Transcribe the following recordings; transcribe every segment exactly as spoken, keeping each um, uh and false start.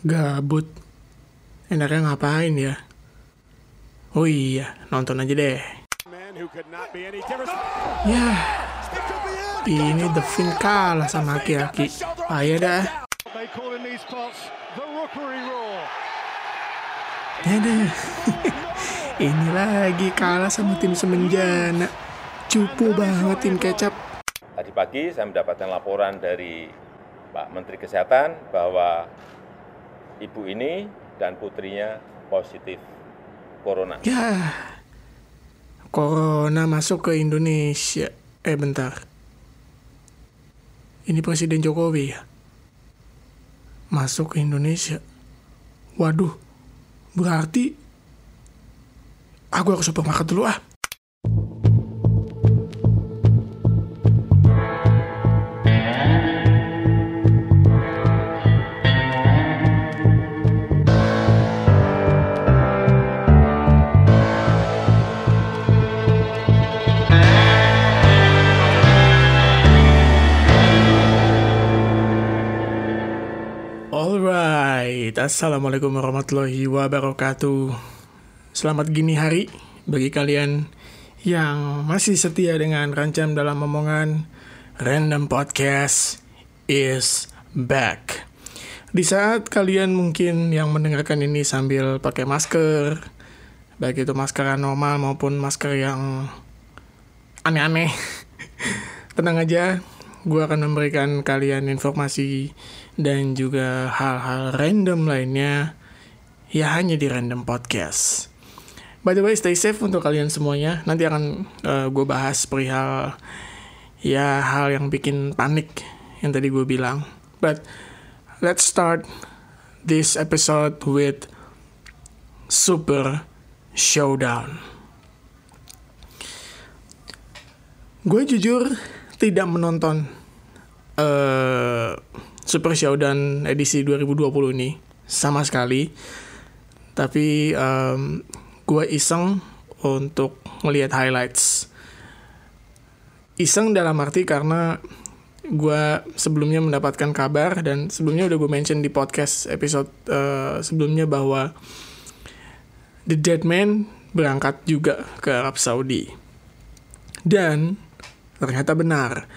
Gabut. Enaknya ngapain ya? Oh iya, nonton aja deh. Ya, ini The Finn kalah sama aki-aki. Ayo dah. Aduh. Ini lagi kalah sama tim semenjana. Cupu banget tim kecap. Tadi pagi saya mendapatkan laporan dari Pak Menteri Kesehatan bahwa ibu ini dan putrinya positif corona. Ya, corona masuk ke Indonesia. Eh bentar, ini Presiden Jokowi ya? Masuk ke Indonesia. Waduh, berarti aku harus supermarket dulu ah. Alright, assalamualaikum warahmatullahi wabarakatuh. Selamat gini hari bagi kalian yang masih setia dengan Rancam Dalam Omongan. Random Podcast is back. Di saat kalian mungkin yang mendengarkan ini sambil pakai masker, baik itu masker normal maupun masker yang aneh-aneh, tenang aja, gue akan memberikan kalian informasi dan juga hal-hal random lainnya ya hanya di Random Podcast. By the way, stay safe untuk kalian semuanya. Nanti akan uh, gue bahas perihal ya hal yang bikin panik yang tadi gue bilang. But let's start this episode with Super Showdown. Gue jujur tidak menonton uh, Super Showdown edisi dua ribu dua puluh ini sama sekali. Tapi um, gue iseng untuk melihat highlights. Iseng dalam arti karena gue sebelumnya mendapatkan kabar, dan sebelumnya udah gue mention di podcast episode uh, sebelumnya bahwa The Deadman berangkat juga ke Arab Saudi. Dan ternyata benar.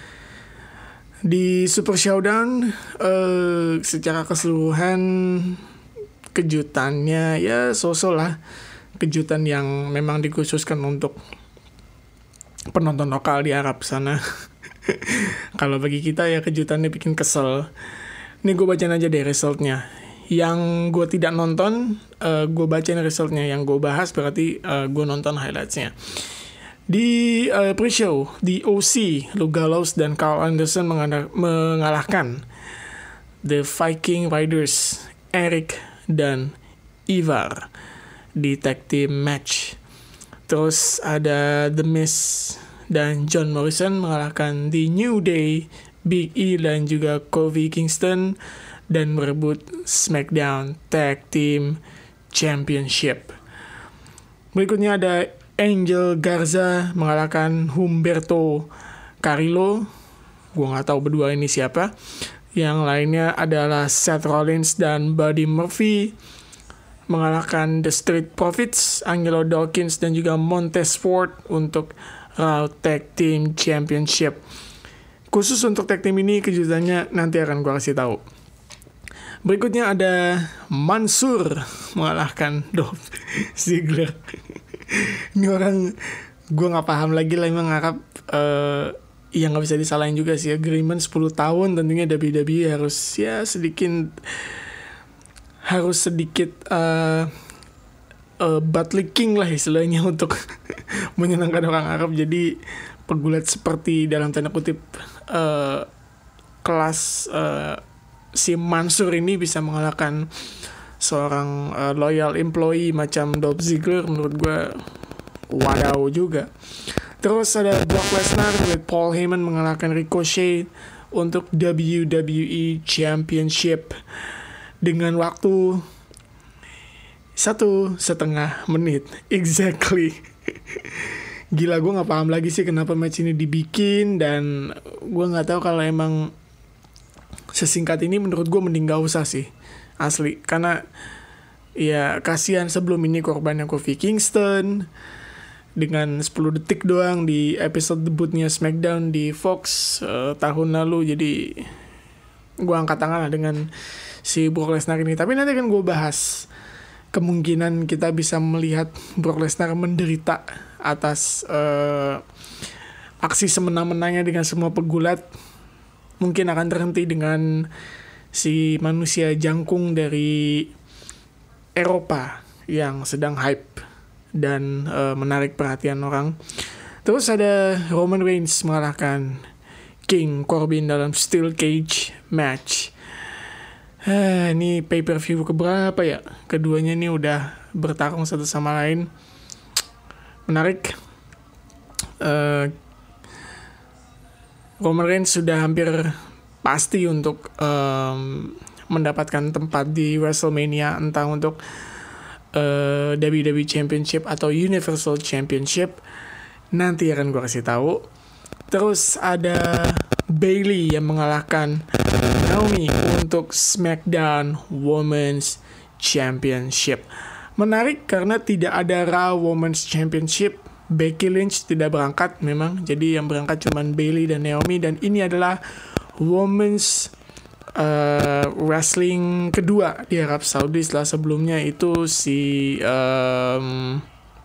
Di Super Showdown uh, secara keseluruhan kejutannya ya so-so lah. Kejutan yang memang dikhususkan untuk penonton lokal di Arab sana. Kalau bagi kita ya kejutannya bikin kesel. Ini gue bacain aja deh resultnya. Yang gue tidak nonton, uh, gue bacain resultnya. Yang gue bahas berarti uh, gue nonton highlightsnya. Di uh, pre-show, di O C, Luke Gallows dan Carl Anderson mengal- mengalahkan The Viking Raiders, Eric dan Ivar di tag team match. Terus ada The Miz dan John Morrison mengalahkan The New Day, Big E dan juga Kofi Kingston dan merebut SmackDown Tag Team Championship. Berikutnya ada Angel Garza mengalahkan Humberto Carrillo. Gue gak tahu berdua ini siapa. Yang lainnya adalah Seth Rollins dan Buddy Murphy mengalahkan The Street Profits, Angelo Dawkins dan juga Montez Ford untuk Raw Tag Team Championship. Khusus untuk tag team ini kejutannya nanti akan gue kasih tahu. Berikutnya ada Mansur mengalahkan Dolph Ziggler. Ini orang gue nggak paham lagi lah, emang Arab uh, ya nggak bisa disalahin juga sih. Agreement sepuluh tahun, tentunya W W E harus ya sedikit harus sedikit uh, uh, butt licking lah istilahnya untuk menyenangkan orang Arab. Jadi pegulat seperti dalam tanda kutip uh, kelas uh, si Mansur ini bisa mengalahkan seorang uh, loyal employee macam Dolph Ziggler, menurut gue wadaw juga. Terus ada Brock Lesnar with Paul Heyman mengalahkan Ricochet untuk W W E Championship dengan waktu satu setengah menit exactly. Gila, gue nggak paham lagi sih kenapa match ini dibikin, dan gue nggak tahu kalau emang sesingkat ini. Menurut gue mending gak usah sih. asli. Karena ya kasihan sebelum ini korbannya Kofi Kingston dengan sepuluh detik doang di episode debutnya SmackDown di Fox uh, tahun lalu. Jadi gue angkat tangan lah dengan si Brock Lesnar ini. Tapi nanti kan gue bahas kemungkinan kita bisa melihat Brock Lesnar menderita atas uh, aksi semena-menanya dengan semua pegulat. Mungkin akan terhenti dengan si manusia jangkung dari Eropa yang sedang hype dan uh, menarik perhatian orang. Terus ada Roman Reigns mengalahkan King Corbin dalam Steel Cage match. Eh, ini pay-per-view keberapa ya? Keduanya ini udah bertarung satu sama lain. Menarik. Uh, Roman Reigns sudah hampir pasti untuk um, mendapatkan tempat di WrestleMania, entah untuk uh, W W E Championship atau Universal Championship. Nanti akan gue kasih tahu. Terus ada Bayley yang mengalahkan Naomi untuk SmackDown Women's Championship. Menarik karena tidak ada Raw Women's Championship. Becky Lynch tidak berangkat memang, jadi yang berangkat cuma Bayley dan Naomi, dan ini adalah Women's uh, Wrestling kedua di Arab Saudi setelah sebelumnya itu si um,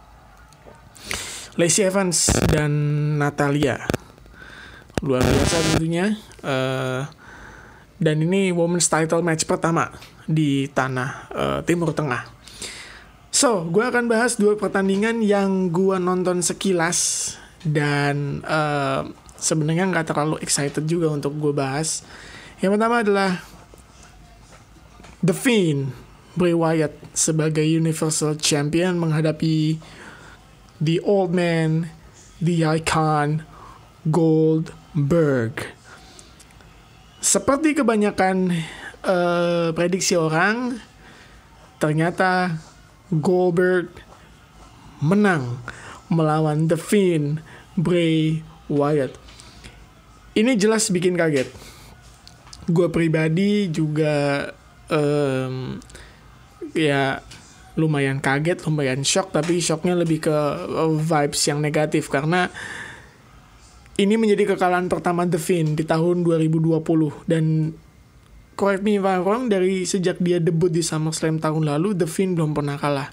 Lacey Evans dan Natalia. Luar biasa tentunya. Uh, dan ini Women's Title match pertama di tanah uh, Timur Tengah. So, gue akan bahas dua pertandingan yang gue nonton sekilas dan uh, sebenarnya nggak terlalu excited juga untuk gue bahas. Yang pertama adalah The Fiend, Bray Wyatt sebagai Universal Champion menghadapi The Old Man, The Icon, Goldberg. Seperti kebanyakan uh, prediksi orang, ternyata Goldberg menang melawan The Fiend, Bray Wyatt. Ini jelas bikin kaget. Gue pribadi juga um, ya lumayan kaget, lumayan shock, tapi shocknya lebih ke uh, vibes yang negatif karena ini menjadi kekalahan pertama The Fiend di tahun dua ribu dua puluh, dan correct me if I'm wrong, dari sejak dia debut di SummerSlam tahun lalu, The Fiend belum pernah kalah.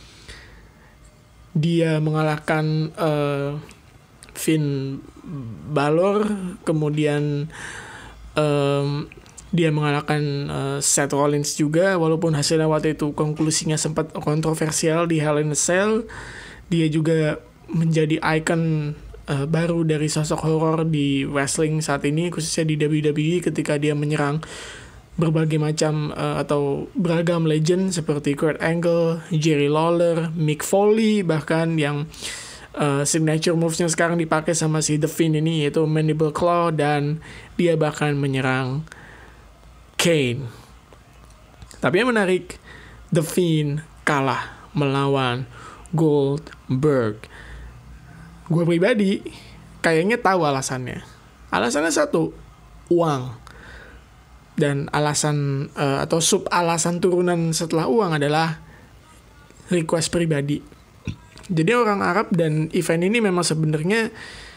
Dia mengalahkan uh, Finn Balor, kemudian um, dia mengalahkan uh, Seth Rollins juga, walaupun hasilnya waktu itu konklusinya sempat kontroversial di Hell in a Cell. Dia juga menjadi ikon uh, baru dari sosok horor di wrestling saat ini, khususnya di W W E ketika dia menyerang berbagai macam uh, atau beragam legend seperti Kurt Angle, Jerry Lawler, Mick Foley, bahkan yang uh, signature moves-nya sekarang dipakai sama si The Fiend ini, yaitu Mandible Claw, dan dia bahkan menyerang Kane. Tapi yang menarik, The Fiend kalah melawan Goldberg. Gue pribadi kayaknya tahu alasannya. Alasannya satu, uang. Dan alasan uh, atau sub alasan turunan setelah uang adalah request pribadi. Jadi orang Arab dan event ini memang sebenarnya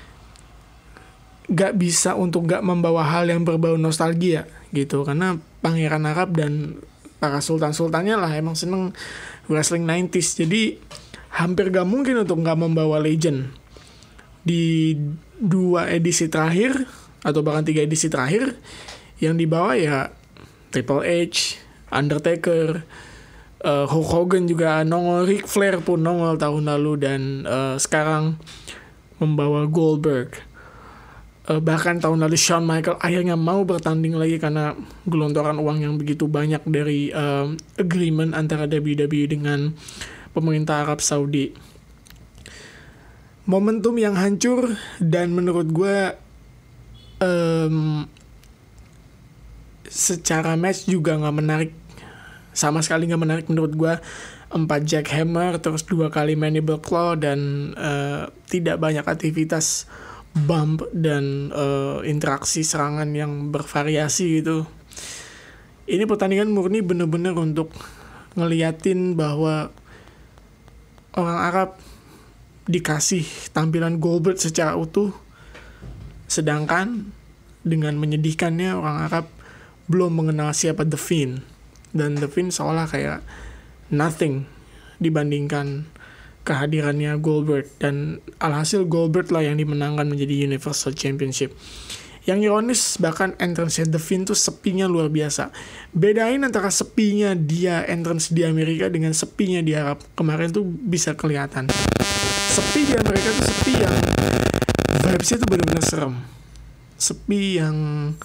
gak bisa untuk gak membawa hal yang berbau nostalgia gitu, karena pangeran Arab dan para sultan-sultannya lah emang seneng wrestling sembilan puluhan. Jadi hampir gak mungkin untuk gak membawa legend. Di dua edisi terakhir atau bahkan tiga edisi terakhir, yang dibawa ya Triple H, Undertaker, uh, Hulk Hogan juga nongol, Ric Flair pun nongol tahun lalu, dan uh, sekarang membawa Goldberg. Uh, bahkan tahun lalu Shawn Michaels akhirnya mau bertanding lagi karena gelontoran uang yang begitu banyak dari uh, agreement antara W W E dengan pemerintah Arab Saudi. Momentum yang hancur, dan menurut gue um, secara match juga gak menarik, sama sekali gak menarik menurut gue. Empat jackhammer, terus dua kali mandible claw, dan uh, tidak banyak aktivitas bump dan uh, interaksi serangan yang bervariasi gitu. Ini pertandingan murni bener-bener untuk ngeliatin bahwa orang Arab dikasih tampilan Goldberg secara utuh, sedangkan dengan menyedihkannya orang Arab belum mengenal siapa The Fiend, dan The Fiend seolah kayak nothing dibandingkan kehadirannya Goldberg, dan alhasil Goldberg lah yang dimenangkan menjadi Universal Championship. Yang ironis, bahkan entrance The Fiend tuh sepinya luar biasa. Bedain antara sepinya dia entrance di Amerika dengan sepinya di Arab kemarin tuh bisa kelihatan. Sepi di Amerika tuh sepi yang vibes-nya tuh benar-benar serem. Sepi yang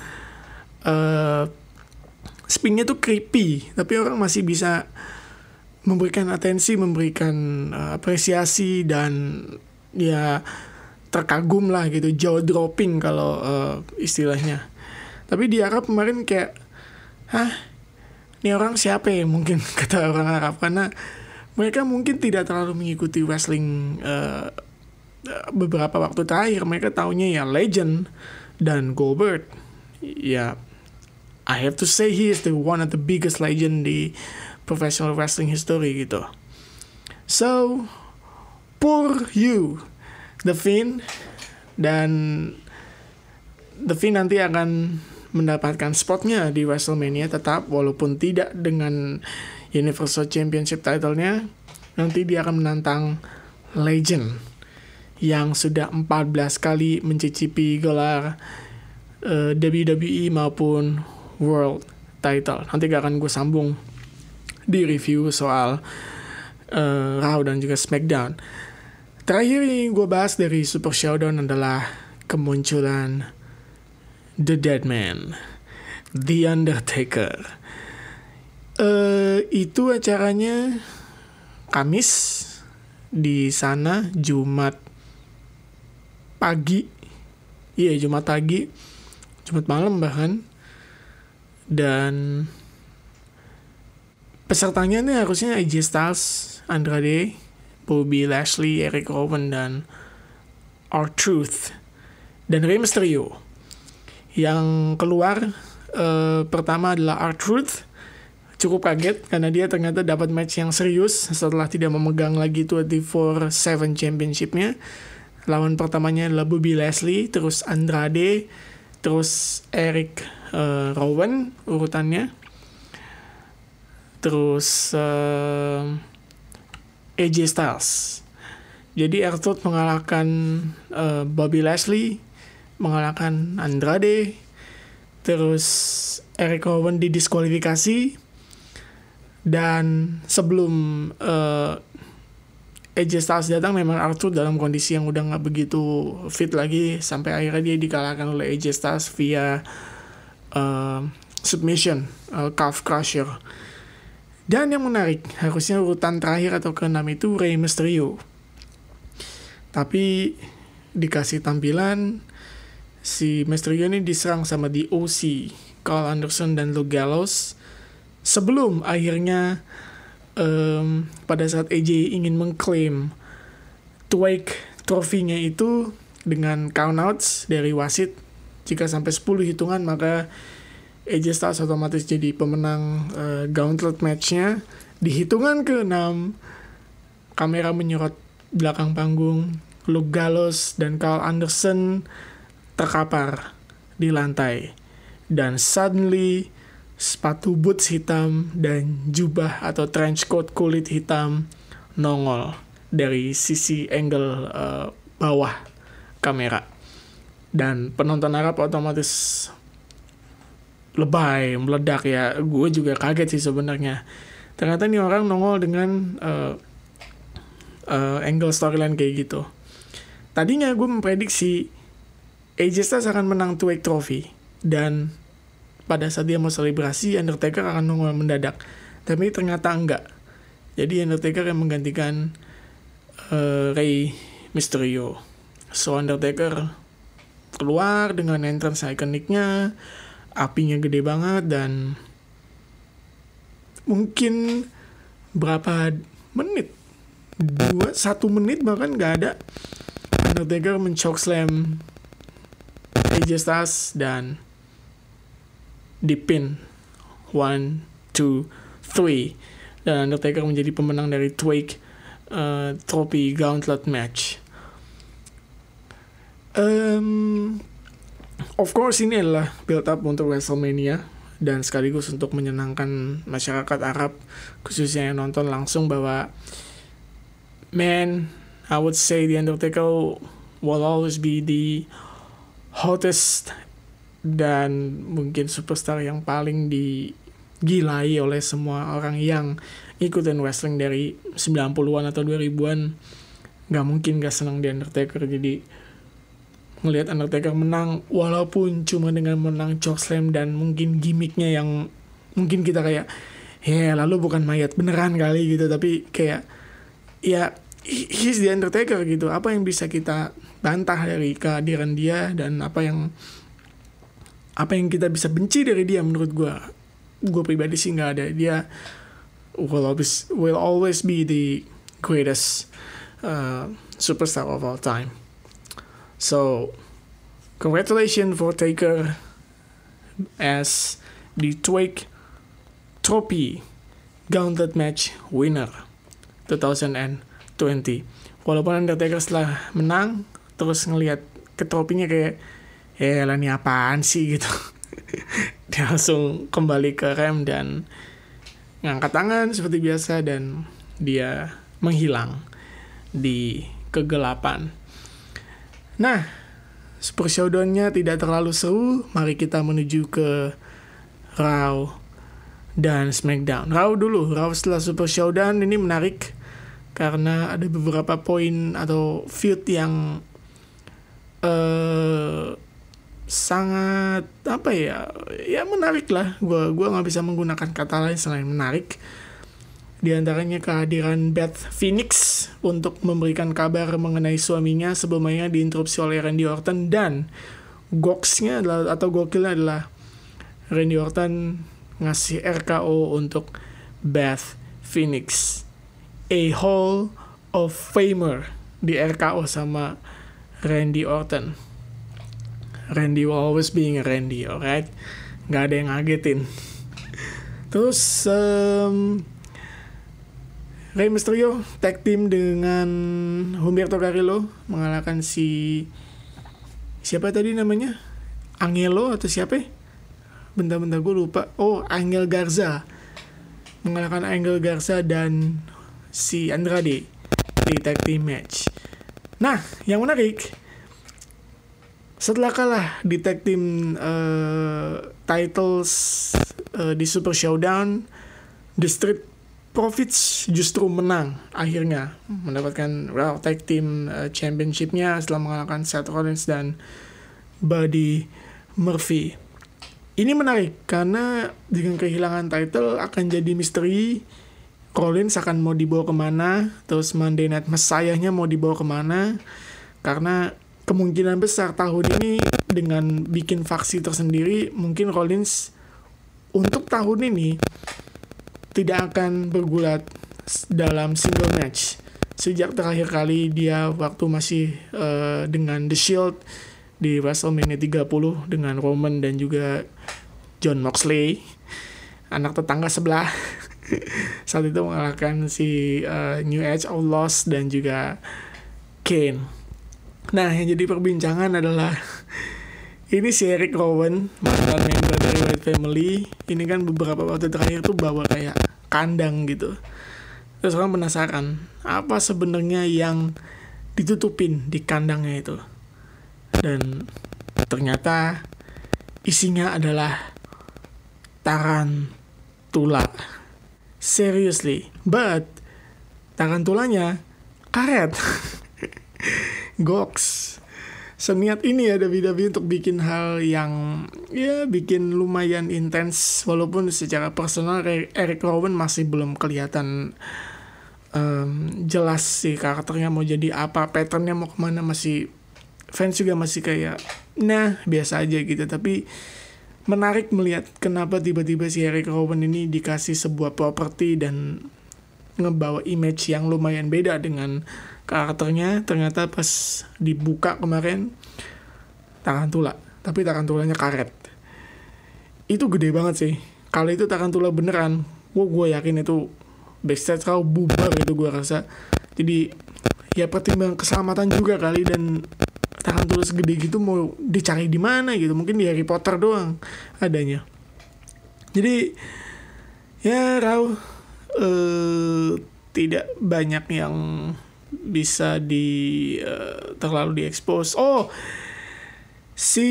uh, sepinya tuh creepy, tapi orang masih bisa memberikan atensi, memberikan uh, apresiasi, dan ya terkagum lah gitu, jaw dropping kalau uh, istilahnya. Tapi di Arab kemarin kayak, hah, ini orang siapa ya mungkin kata orang Arab, karena mereka mungkin tidak terlalu mengikuti wrestling uh, beberapa waktu terakhir. Mereka taunya ya Legend dan Goldberg. Ya, I have to say he is the one of the biggest legend di professional wrestling history gitu. So, poor you, The Fiend, dan The Fiend nanti akan mendapatkan spotnya di WrestleMania tetap, walaupun tidak dengan Universal Championship title-nya. Nanti dia akan menantang Legend yang sudah empat belas kali mencicipi gelar uh, W W E maupun World title. Nanti akan gue sambung di review soal uh, Raw dan juga SmackDown. Terakhir yang gue bahas dari Super Showdown adalah kemunculan The Dead Man, The Undertaker. Uh, itu acaranya Kamis, di sana Jumat pagi, iya Jumat pagi, Jumat malam bahkan, dan pesertanya nih harusnya A J Styles, Andrade, Bobby Lashley, Eric Rowan, dan R-Truth, dan Rey Mysterio. Yang keluar uh, pertama adalah R-Truth. Cukup kaget karena dia ternyata dapat match yang serius setelah tidak memegang lagi dua puluh empat tujuh Championship-nya. Lawan pertamanya adalah Bobby Lashley, terus Andrade, terus Eric uh, Rowan urutannya, terus uh, A J Styles. Jadi R-Truth mengalahkan uh, Bobby Lashley, mengalahkan Andrade, terus Eric Rowan didiskualifikasi, dan sebelum uh, A J Styles datang memang R-Truth dalam kondisi yang udah gak begitu fit lagi, sampai akhirnya dia dikalahkan oleh A J Styles via uh, submission, uh, calf crusher. Dan yang menarik, harusnya urutan terakhir atau keenam itu Rey Mysterio, tapi dikasih tampilan si Mysterio ini diserang sama The O C, Carl Anderson dan Luke Gallows, sebelum akhirnya um, pada saat A J ingin mengklaim Twake trofinya itu dengan countouts dari wasit. Jika sampai sepuluh hitungan maka A J Styles otomatis jadi pemenang uh, gauntlet match-nya. Di hitungan keenam, kamera menyorot belakang panggung, Luke Gallows dan Carl Anderson terkapar di lantai, dan suddenly sepatu boots hitam dan jubah atau trench coat kulit hitam nongol dari sisi angle uh, bawah kamera, dan penonton Arab otomatis lebay, meledak ya. Gue juga kaget sih sebenarnya. Ternyata nih orang nongol dengan uh, uh, angle storyline kayak gitu. Tadinya gue memprediksi A J Styles akan menang Twake Trophy, dan pada saat dia mau selebrasi Undertaker akan nongol mendadak. Tapi ternyata enggak. Jadi Undertaker yang menggantikan uh, Rey Mysterio. So Undertaker keluar dengan entrance ikoniknya, apinya gede banget, dan mungkin berapa menit, dua satu menit bahkan nggak ada, Undertaker men-chokeslam A J Styles dan dipin one, two, three. Dan Undertaker menjadi pemenang dari Twake uh, Trophy Gauntlet match. Um, of course ini adalah build up untuk WrestleMania dan sekaligus untuk menyenangkan masyarakat Arab, khususnya yang nonton langsung, bahwa man, I would say The Undertaker will always be the hottest dan mungkin superstar yang paling digilai oleh semua orang yang ikutin wrestling dari sembilan puluhan atau dua ribuan. Gak mungkin gak senang The Undertaker. Jadi ngelihat Undertaker menang, walaupun cuma dengan menang chokeslam dan mungkin gimmicknya yang mungkin kita kayak, ya lalu bukan mayat beneran kali gitu, tapi kayak ya he's The Undertaker gitu. Apa yang bisa kita bantah dari kehadiran dia, dan apa yang apa yang kita bisa benci dari dia? Menurut gue gue pribadi sih nggak ada. Dia will always will always be the greatest uh, superstar of all time. So congratulations for Taker as the Twake Trophy Gauntlet match winner twenty twenty. Walaupun Undertaker setelah menang terus ngelihat ke tropinya kayak, ya lah ini apaan sih gitu. Dia langsung kembali ke rem dan ngangkat tangan seperti biasa, dan dia menghilang di kegelapan. Nah, Super Showdown-nya tidak terlalu seru. Mari kita menuju ke Raw dan SmackDown. Raw dulu, Raw setelah Super Showdown ini menarik karena ada beberapa poin atau feud yang uh, sangat apa ya ya menarik lah. Gue gue nggak bisa menggunakan kata lain selain menarik. Di antaranya kehadiran Beth Phoenix untuk memberikan kabar mengenai suaminya sebelumnya diinterupsi oleh Randy Orton, dan goksnya adalah atau gokilnya adalah Randy Orton ngasih R K O untuk Beth Phoenix, a Hall of Famer, di R K O sama Randy Orton. Randy will always being a Randy, alright? Gak ada yang ngagetin. Terus um, Rey Mysterio tag team dengan Humberto Carrillo mengalahkan si siapa tadi namanya? Angelo atau siapa? Bentar-bentar gue lupa. Oh, Angel Garza. Mengalahkan Angel Garza dan si Andrade di tag team match. Nah, yang menarik, setelah kalah di tag team uh, titles uh, di Super Showdown, The Street Profits justru menang akhirnya, mendapatkan Raw Tag Team uh, Championship-nya setelah mengalahkan Seth Rollins dan Buddy Murphy. Ini menarik karena dengan kehilangan title akan jadi misteri. Rollins akan mau dibawa kemana, terus Monday Night Messiah-nya mau dibawa kemana, karena kemungkinan besar tahun ini dengan bikin faksi tersendiri, mungkin Rollins untuk tahun ini tidak akan bergulat dalam single match. Sejak terakhir kali dia waktu masih uh, dengan The Shield di WrestleMania tiga puluh dengan Roman dan juga Jon Moxley, anak tetangga sebelah. Saat itu mengalahkan si uh, New Age Outlaws dan juga Kane. Nah, yang jadi perbincangan adalah ini si Eric Rowan, mantan member dari Wyatt Family. Ini kan beberapa waktu terakhir tuh bawa kayak kandang gitu. Terus orang penasaran, apa sebenarnya yang ditutupin di kandangnya itu? Dan ternyata isinya adalah tarantula. Seriously, but tarantulanya karet. Goks. Seniat ini ya W W E untuk bikin hal yang ya bikin lumayan intens, walaupun secara personal Eric Rowan masih belum kelihatan um, jelas sih karakternya mau jadi apa, patternnya mau kemana, masih fans juga masih kayak nah biasa aja gitu. Tapi menarik melihat kenapa tiba-tiba si Eric Rowan ini dikasih sebuah properti dan ngebawa image yang lumayan beda dengan karakternya. Ternyata pas dibuka kemarin tarantula, tapi tarantulanya karet. Itu gede banget sih. kali itu tarantula beneran. Wah, gue yakin itu backstage Raw bubar itu gue rasa. Jadi ya pertimbangan keselamatan juga kali, dan tarantula segede gitu mau dicari di mana gitu, mungkin di Harry Potter doang adanya. Jadi ya Raw eh, tidak banyak yang bisa di uh, terlalu diekspos. Oh, si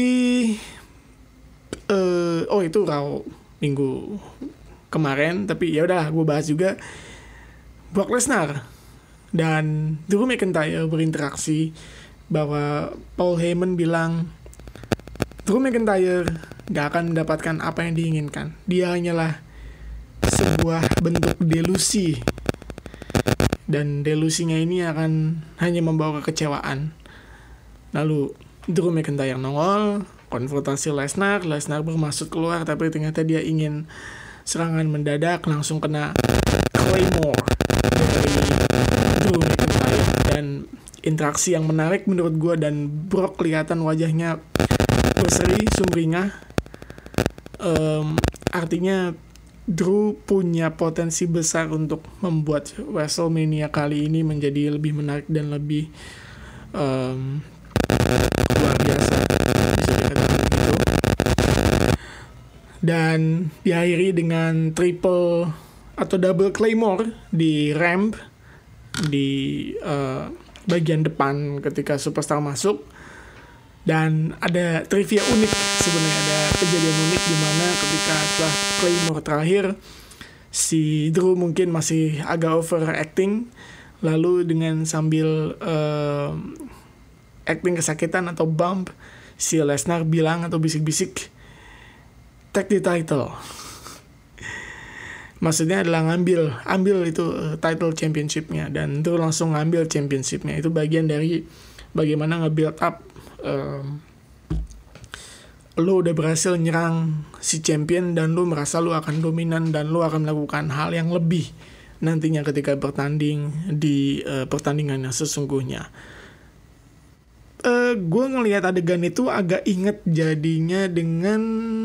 uh, oh itu Raw minggu kemarin, tapi ya udah gue bahas juga. Brock Lesnar dan Drew McIntyre berinteraksi bahwa Paul Heyman bilang Drew McIntyre gak akan mendapatkan apa yang diinginkan. Dia hanyalah sebuah bentuk delusi, dan delusinya ini akan hanya membawa kekecewaan. Lalu Drew McIntyre nongol, konfrontasi Lesnar. Lesnar bermaksud keluar, tapi ternyata dia ingin serangan mendadak, langsung kena Claymore dari Drew McIntyre. Dan interaksi yang menarik menurut gue, dan Brock kelihatan wajahnya berseri, sumringah. Um, artinya Drew punya potensi besar untuk membuat WrestleMania kali ini menjadi lebih menarik dan lebih um, luar biasa, bisa dikatakan begitu. Dan diakhiri dengan triple atau double claymore di ramp di uh, bagian depan ketika Superstar masuk. Dan ada trivia unik sebenarnya, ada kejadian unik di mana ketika setelah Claymore terakhir, si Drew mungkin masih agak overacting, lalu dengan sambil uh, acting kesakitan atau bump, si Lesnar bilang atau bisik-bisik, take the title. Maksudnya adalah ngambil, ambil itu uh, title championship-nya, dan Drew langsung ngambil championship-nya. Itu bagian dari bagaimana nge-build up Um, lu udah berhasil nyerang si champion, dan lu merasa lu akan dominan, dan lu akan melakukan hal yang lebih nantinya ketika bertanding di uh, pertandingan yang sesungguhnya. Uh, gue ngelihat adegan itu agak inget jadinya dengan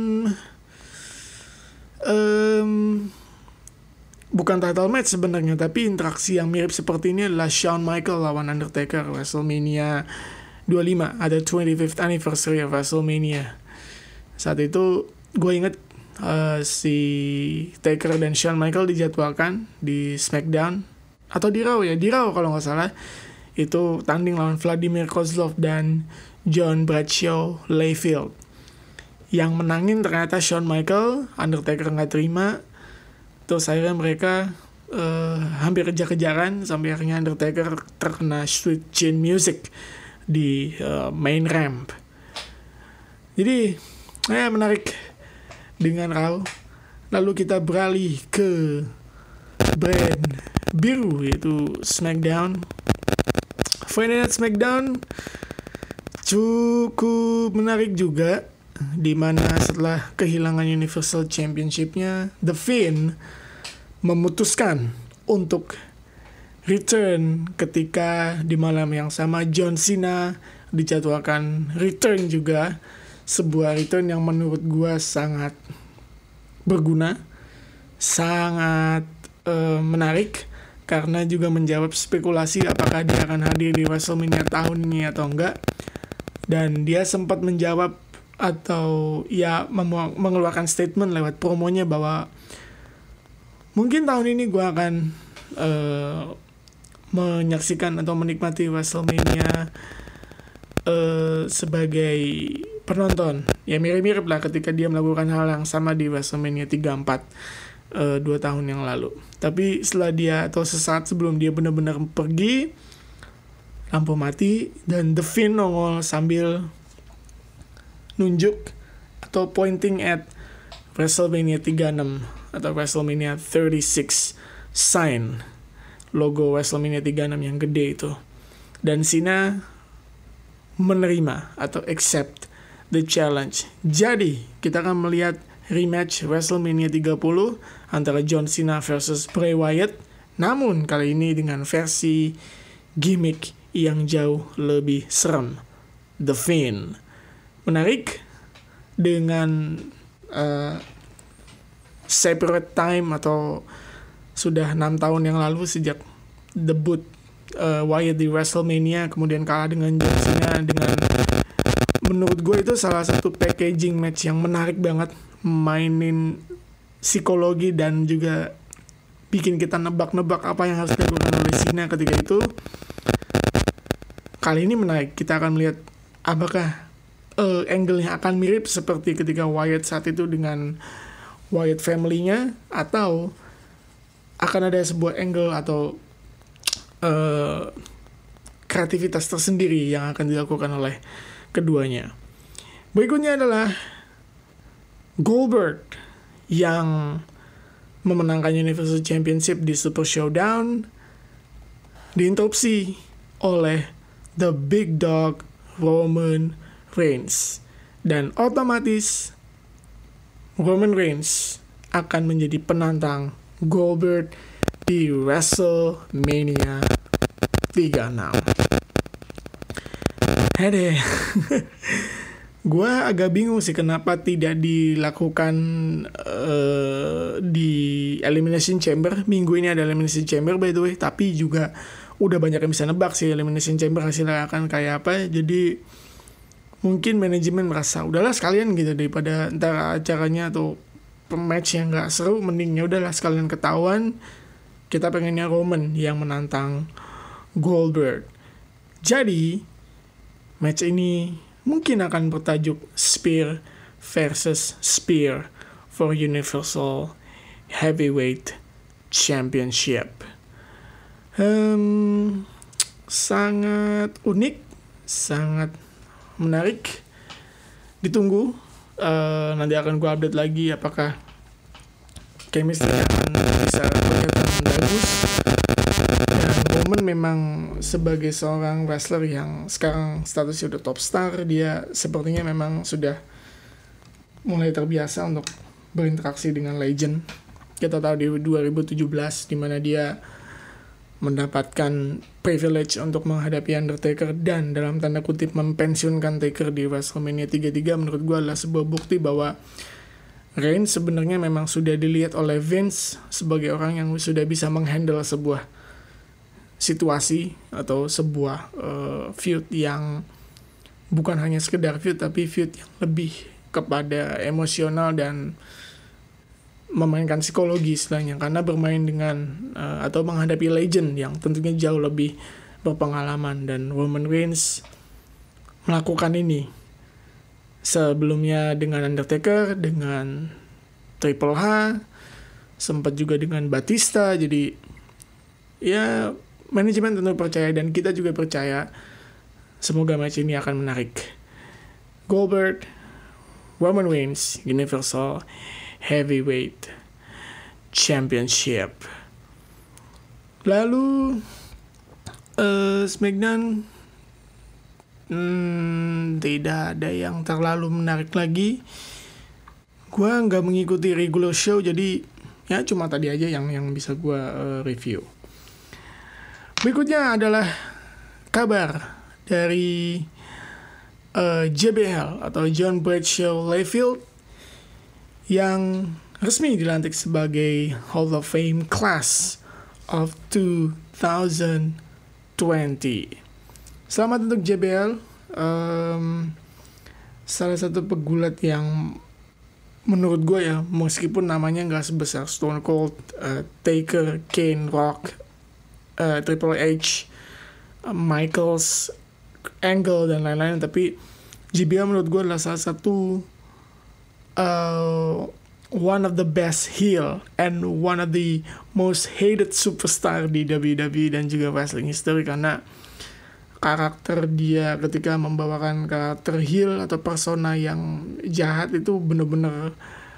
um, bukan title match sebenarnya, tapi interaksi yang mirip seperti ini adalah Shawn Michaels lawan Undertaker WrestleMania dua puluh lima, ada twenty-fifth anniversary of WrestleMania. Saat itu gue inget uh, si Taker dan Shawn Michaels dijadwalkan di SmackDown atau di Raw ya, di Raw kalau nggak salah, itu tanding lawan Vladimir Kozlov dan John Bradshaw Layfield. Yang menangin ternyata Shawn Michaels. Undertaker nggak terima, terus akhirnya mereka uh, hampir kejar-kejaran sampai akhirnya Undertaker terkena Sweet Chin Music di uh, main ramp. Jadi eh, menarik dengan Raw. Lalu kita beralih ke brand biru, yaitu SmackDown. Friday Night SmackDown cukup menarik juga, dimana setelah kehilangan Universal Championship-nya, The Fiend memutuskan untuk return ketika di malam yang sama John Cena dijadwalkan return juga. Sebuah return yang menurut gue sangat berguna, sangat uh, menarik, karena juga menjawab spekulasi apakah dia akan hadir di WrestleMania tahun ini atau enggak. Dan dia sempat menjawab atau ya memu- mengeluarkan statement lewat promonya bahwa mungkin tahun ini gue akan uh, menyaksikan atau menikmati WrestleMania uh, sebagai penonton. Ya mirip-mirip lah ketika dia melakukan hal yang sama di WrestleMania tiga puluh empat uh, dua tahun yang lalu. Tapi setelah dia atau sesaat sebelum dia benar-benar pergi, lampu mati dan The Fiend nongol sambil nunjuk atau pointing at WrestleMania tiga puluh enam atau WrestleMania tiga puluh enam sign, logo WrestleMania tiga puluh enam yang gede itu. Dan Cena menerima atau accept the challenge. Jadi kita akan melihat rematch WrestleMania tiga puluh antara John Cena versus Bray Wyatt, namun kali ini dengan versi gimmick yang jauh lebih serem, The Fiend. Menarik dengan uh, separate time atau sudah enam tahun yang lalu sejak debut uh, Wyatt di WrestleMania, kemudian kalah dengan John Cena. Dengan menurut gue itu salah satu packaging match yang menarik banget, mainin psikologi dan juga bikin kita nebak-nebak apa yang harus dilakukan oleh Cena ketika itu. Kali ini menarik, kita akan melihat apakah uh, angle-nya akan mirip seperti ketika Wyatt saat itu dengan Wyatt family-nya, atau akan ada sebuah angle atau uh, kreativitas tersendiri yang akan dilakukan oleh keduanya. Berikutnya adalah Goldberg yang memenangkan Universal Championship di Super Showdown, diinterupsi oleh The Big Dog Roman Reigns, dan otomatis Roman Reigns akan menjadi penantang Goldberg di WrestleMania tiga puluh enam. Hede, gue agak bingung sih kenapa tidak dilakukan uh, di Elimination Chamber. Minggu ini ada Elimination Chamber by the way, tapi juga udah banyak yang bisa nebak sih Elimination Chamber hasilnya akan kayak apa. Jadi mungkin manajemen merasa udahlah sekalian gitu, daripada ntar acaranya atau match yang gak seru, mendingnya udahlah sekalian ketahuan. Kita pengennya Roman yang menantang Goldberg. Jadi match ini mungkin akan bertajuk Spear versus Spear for Universal Heavyweight Championship. Um, sangat unik, sangat menarik. Ditunggu. Uh, nanti akan gue update lagi apakah chemistry akan bisa kelihatan bagus. Dan Roman memang sebagai seorang wrestler yang sekarang statusnya udah top star, dia sepertinya memang sudah mulai terbiasa untuk berinteraksi dengan legend. Kita tahu di dua ribu tujuh belas di mana dia mendapatkan privilege untuk menghadapi Undertaker dan dalam tanda kutip mempensiunkan Taker di WrestleMania tiga puluh tiga, menurut gue adalah sebuah bukti bahwa Reigns sebenarnya memang sudah dilihat oleh Vince sebagai orang yang sudah bisa menghandle sebuah situasi atau sebuah uh, feud yang bukan hanya sekedar feud, tapi feud yang lebih kepada emosional dan memainkan psikologi istilahnya, karena bermain dengan uh, atau menghadapi legend yang tentunya jauh lebih berpengalaman. Dan Roman Reigns melakukan ini sebelumnya dengan Undertaker, dengan Triple H, sempat juga dengan Batista. Jadi ya manajemen tentu percaya dan kita juga percaya semoga match ini akan menarik. Goldberg, Roman Reigns, Universal Heavyweight Championship. Lalu uh, SmackDown hmm, tidak ada yang terlalu menarik lagi. Gua nggak mengikuti regular show, jadi ya cuma tadi aja yang yang bisa gua uh, review. Berikutnya adalah kabar dari uh, J B L atau John Bradshaw Layfield yang resmi dilantik sebagai Hall of Fame Class of twenty twenty. Selamat untuk J B L, um, salah satu pegulat yang menurut gue ya, meskipun namanya nggak sebesar Stone Cold, uh, Taker, Kane, Rock, uh, Triple H, uh, Michaels, Angle dan lain-lain, tapi J B L menurut gue adalah salah satu Uh, one of the best heel and one of the most hated superstar di W W E dan juga wrestling history, karena karakter dia ketika membawakan karakter heel atau persona yang jahat itu benar-benar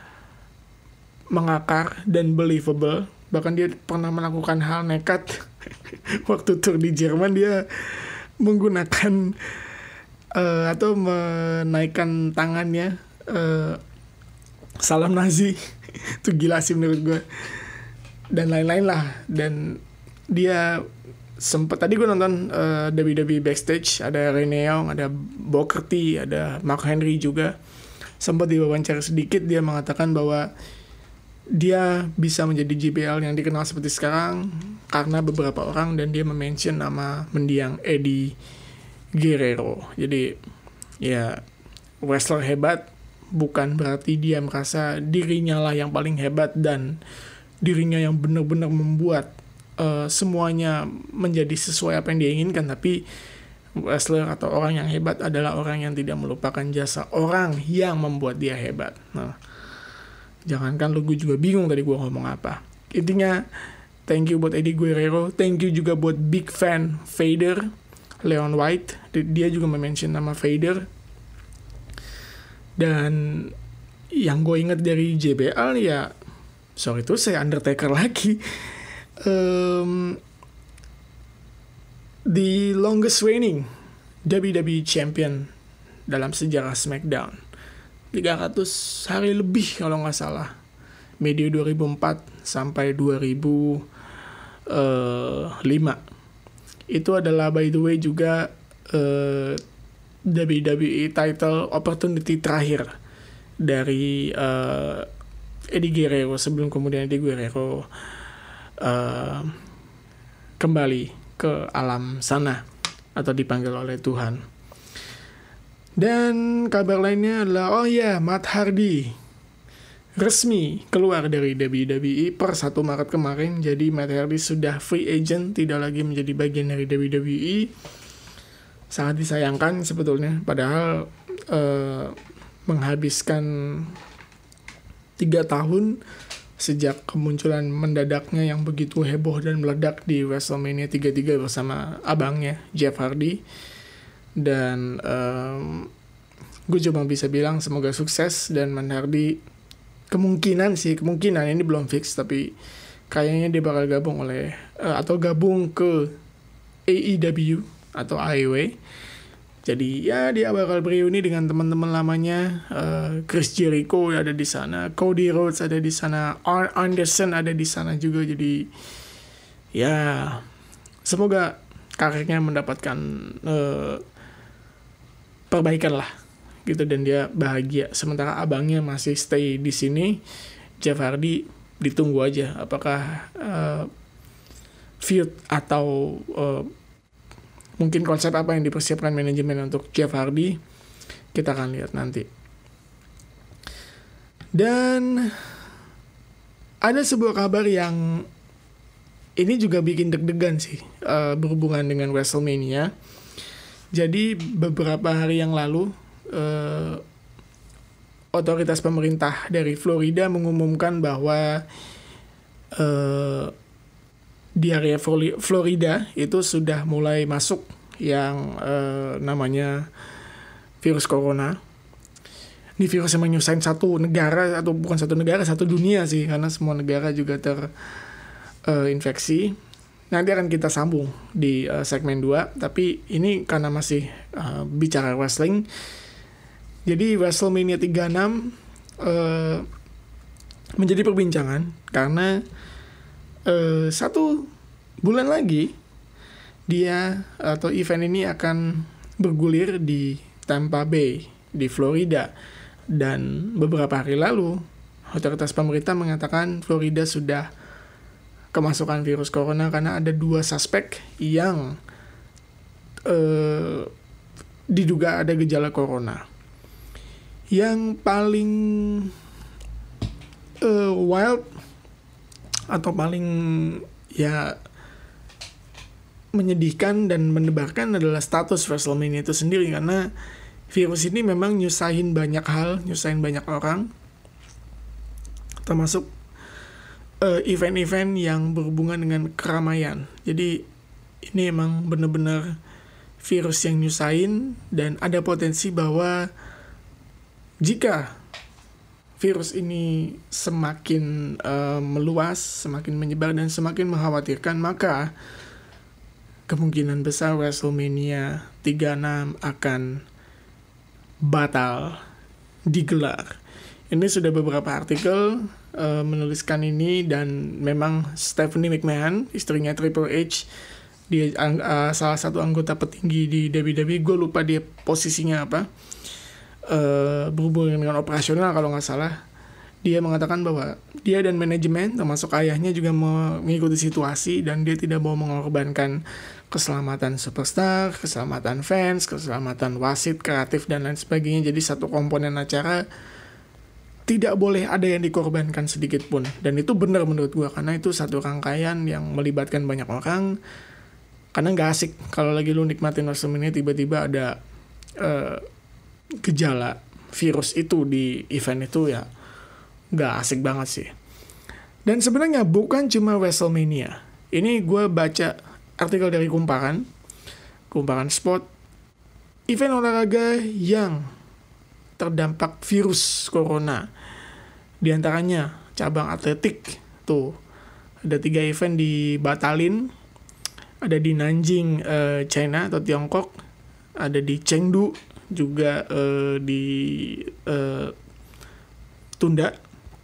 mengakar dan believable. Bahkan dia pernah melakukan hal nekat waktu tour di Jerman, dia menggunakan uh, atau menaikkan tangannya uh, salam Nazi. Itu gila sih menurut gue, dan lain-lain lah. Dan dia sempat, tadi gue nonton uh, W W E Backstage, ada Renee Young, ada Booker T, ada Mark Henry juga. Sempat diwawancara sedikit, dia mengatakan bahwa dia bisa menjadi J B L yang dikenal seperti sekarang karena beberapa orang, dan dia mention nama mendiang Eddie Guerrero. Jadi ya, wrestler hebat bukan berarti dia merasa dirinya lah yang paling hebat dan dirinya yang benar-benar membuat uh, semuanya menjadi sesuai apa yang dia inginkan. Tapi wrestler atau orang yang hebat adalah orang yang tidak melupakan jasa orang yang membuat dia hebat. Nah, jangankan lu, gue juga bingung tadi gue ngomong apa. Intinya, thank you buat Eddie Guerrero. Thank you juga buat big fan Vader, Leon White. Dia juga mention nama Vader. Dan yang gue inget dari J B L ya, sorry tuh saya Undertaker lagi. Um, the longest reigning W W E Champion dalam sejarah SmackDown. tiga ratus hari lebih kalau nggak salah. Medio dua ribu empat sampai dua ribu lima. Itu adalah, by the way, juga uh, W W E title opportunity terakhir dari uh, Eddie Guerrero sebelum kemudian Eddie Guerrero uh, kembali ke alam sana atau dipanggil oleh Tuhan. Dan kabar lainnya adalah, oh ya, Matt Hardy resmi keluar dari W W E per satu Maret kemarin. Jadi Matt Hardy sudah free agent, tidak lagi menjadi bagian dari W W E. Sangat disayangkan sebetulnya, padahal eh, menghabiskan tiga tahun sejak kemunculan mendadaknya yang begitu heboh dan meledak di WrestleMania tiga puluh tiga bersama abangnya Jeff Hardy. Dan um, gue cuma bisa bilang semoga sukses, dan Matt Hardy kemungkinan sih, kemungkinan ini belum fix, tapi kayaknya dia bakal gabung oleh uh, atau gabung ke A E W atau A E W. Jadi ya, dia bakal bereuni dengan teman-teman lamanya. uh, Chris Jericho ada di sana, Cody Rhodes ada di sana, Arn Anderson ada di sana juga. Jadi ya, semoga karirnya mendapatkan uh, perbaikan lah gitu, dan dia bahagia. Sementara abangnya masih stay di sini. Jeff Hardy ditunggu aja apakah uh, feud atau uh, mungkin konsep apa yang dipersiapkan manajemen untuk Jeff Hardy, kita akan lihat nanti. Dan ada sebuah kabar yang ini juga bikin deg-degan sih, uh, berhubungan dengan WrestleMania. Jadi beberapa hari yang lalu, uh, otoritas pemerintah dari Florida mengumumkan bahwa uh, di area Florida itu sudah mulai masuk yang uh, namanya virus corona. Ini virus yang menyusahin satu negara, atau bukan satu negara, satu dunia sih, karena semua negara juga terinfeksi. Uh, Nanti akan kita sambung di uh, segmen dua, tapi ini karena masih uh, bicara wrestling. Jadi WrestleMania tiga puluh enam uh, menjadi perbincangan karena uh, satu bulan lagi dia atau event ini akan bergulir di Tampa Bay di Florida. Dan beberapa hari lalu otoritas pemerintah mengatakan Florida sudah kemasukan virus corona karena ada dua suspek yang uh, diduga ada gejala corona. Yang paling uh, wild atau paling ya menyedihkan dan mendebarkan adalah status WrestleMania itu sendiri, karena virus ini memang nyusahin banyak hal, nyusahin banyak orang, termasuk Uh, event-event yang berhubungan dengan keramaian. Jadi ini emang benar-benar virus yang nyusahin, dan ada potensi bahwa jika virus ini semakin uh, meluas, semakin menyebar dan semakin mengkhawatirkan, maka kemungkinan besar WrestleMania tiga puluh enam akan batal digelar. Ini sudah beberapa artikel uh, menuliskan ini, dan memang Stephanie McMahon, istrinya Triple H, dia uh, salah satu anggota petinggi di W W E. Gue lupa dia posisinya apa, uh, berhubungan dengan operasional kalau nggak salah. Dia mengatakan bahwa dia dan manajemen termasuk ayahnya juga mengikuti situasi dan dia tidak mau mengorbankan keselamatan superstar, keselamatan fans, keselamatan wasit, kreatif dan lain sebagainya. Jadi satu komponen acara tidak boleh ada yang dikorbankan sedikit pun. Dan itu benar menurut gue karena itu satu rangkaian yang melibatkan banyak orang. Karena gak asik kalau lagi lu nikmatin WrestleMania tiba-tiba ada uh, gejala virus itu di event itu ya gak asik banget sih. Dan sebenarnya bukan cuma WrestleMania. Ini gue baca artikel dari Kumparan, Kumparan Sport, event olahraga yang terdampak virus corona. Di antaranya cabang atletik, tuh ada tiga event dibatalin. Ada di Nanjing, eh, China atau Tiongkok, ada di Chengdu juga eh, di eh, tunda.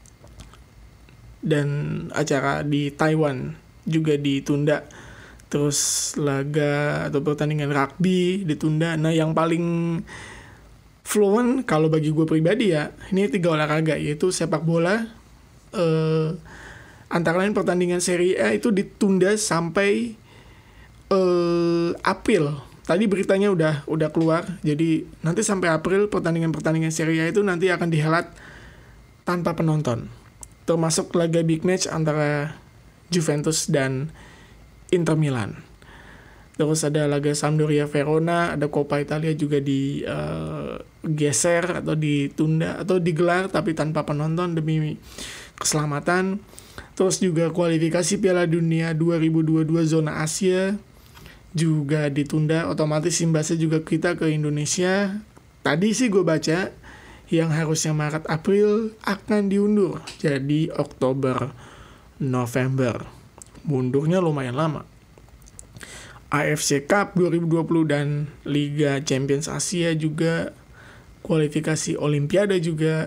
Dan acara di Taiwan juga ditunda. Terus laga atau pertandingan rugby ditunda. Nah yang paling fluent kalau bagi gue pribadi ya, ini tiga olahraga yaitu sepak bola. Eh, antara lain pertandingan Serie A itu ditunda sampai eh, April. Tadi beritanya udah udah keluar. Jadi nanti sampai April pertandingan-pertandingan Serie A itu nanti akan dihelat tanpa penonton. Termasuk laga big match antara Juventus dan Inter Milan. Terus ada laga Sampdoria Verona, ada Coppa Italia juga digeser uh, atau ditunda atau digelar tapi tanpa penonton demi keselamatan. Terus juga kualifikasi Piala Dunia dua ribu dua puluh dua zona Asia juga ditunda, otomatis imbasnya juga kita ke Indonesia. Tadi sih gue baca yang harusnya Maret April akan diundur jadi Oktober November. Mundurnya lumayan lama. A F C Cup dua ribu dua puluh dan Liga Champions Asia juga, kualifikasi Olimpiade juga.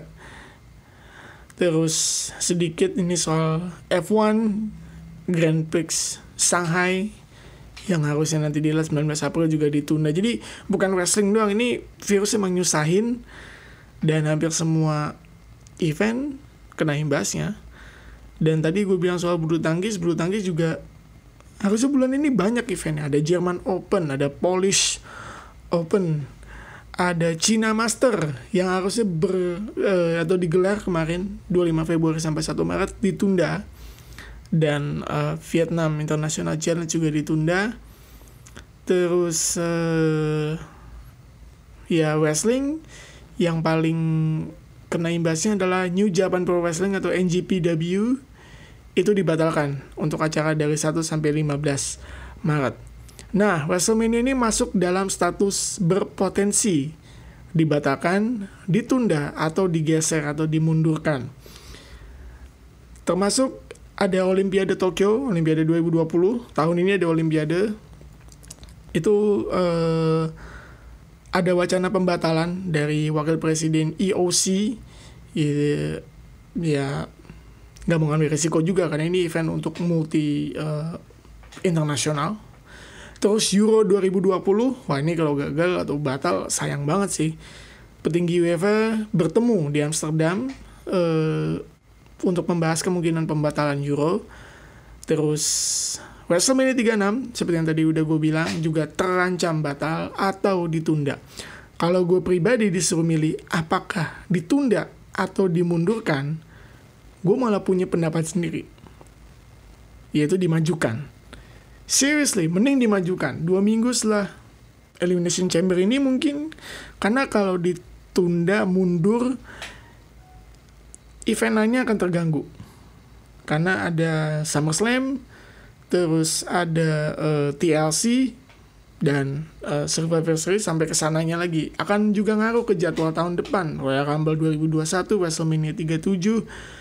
Terus sedikit ini soal F satu Grand Prix Shanghai yang harusnya nanti di sembilan belas April juga ditunda. Jadi bukan wrestling doang, ini virus emang nyusahin dan hampir semua event kena imbasnya. Dan tadi gue bilang soal bulu tangkis, bulu tangkis juga harusnya bulan ini banyak eventnya. Ada German Open, ada Polish Open, ada China Master yang harusnya ber eh, atau digelar kemarin dua puluh lima Februari sampai satu Maret ditunda. Dan uh, Vietnam International Challenge juga ditunda. Terus uh, ya wrestling yang paling kena imbasnya adalah New Japan Pro Wrestling atau N J P W, itu dibatalkan untuk acara dari satu sampai lima belas Maret. Nah, WrestleMania ini masuk dalam status berpotensi dibatalkan, ditunda atau digeser atau dimundurkan. Termasuk ada Olimpiade Tokyo, Olimpiade dua ribu dua puluh. Tahun ini ada Olimpiade. Itu eh, ada wacana pembatalan dari Wakil Presiden I O C. Ya, ya nggak mau ngambil risiko juga karena ini event untuk multi eh, internasional. Terus Euro dua ribu dua puluh, wah ini kalau gagal atau batal sayang banget sih. Petinggi UEFA bertemu di Amsterdam eh, untuk membahas kemungkinan pembatalan Euro. Terus WrestleMania tiga puluh enam seperti yang tadi udah gue bilang juga terancam batal atau ditunda. Kalau gue pribadi disuruh milih apakah ditunda atau dimundurkan, gue malah punya pendapat sendiri, yaitu dimajukan. Seriously, mending dimajukan dua minggu setelah Elimination Chamber ini mungkin. Karena kalau ditunda mundur, event lainnya akan terganggu. Karena ada SummerSlam, terus ada uh, T L C, dan uh, Survivor Series sampai kesananya lagi. Akan juga ngaruh ke jadwal tahun depan. Royal Rumble dua ribu dua puluh satu, WrestleMania tiga puluh tujuh.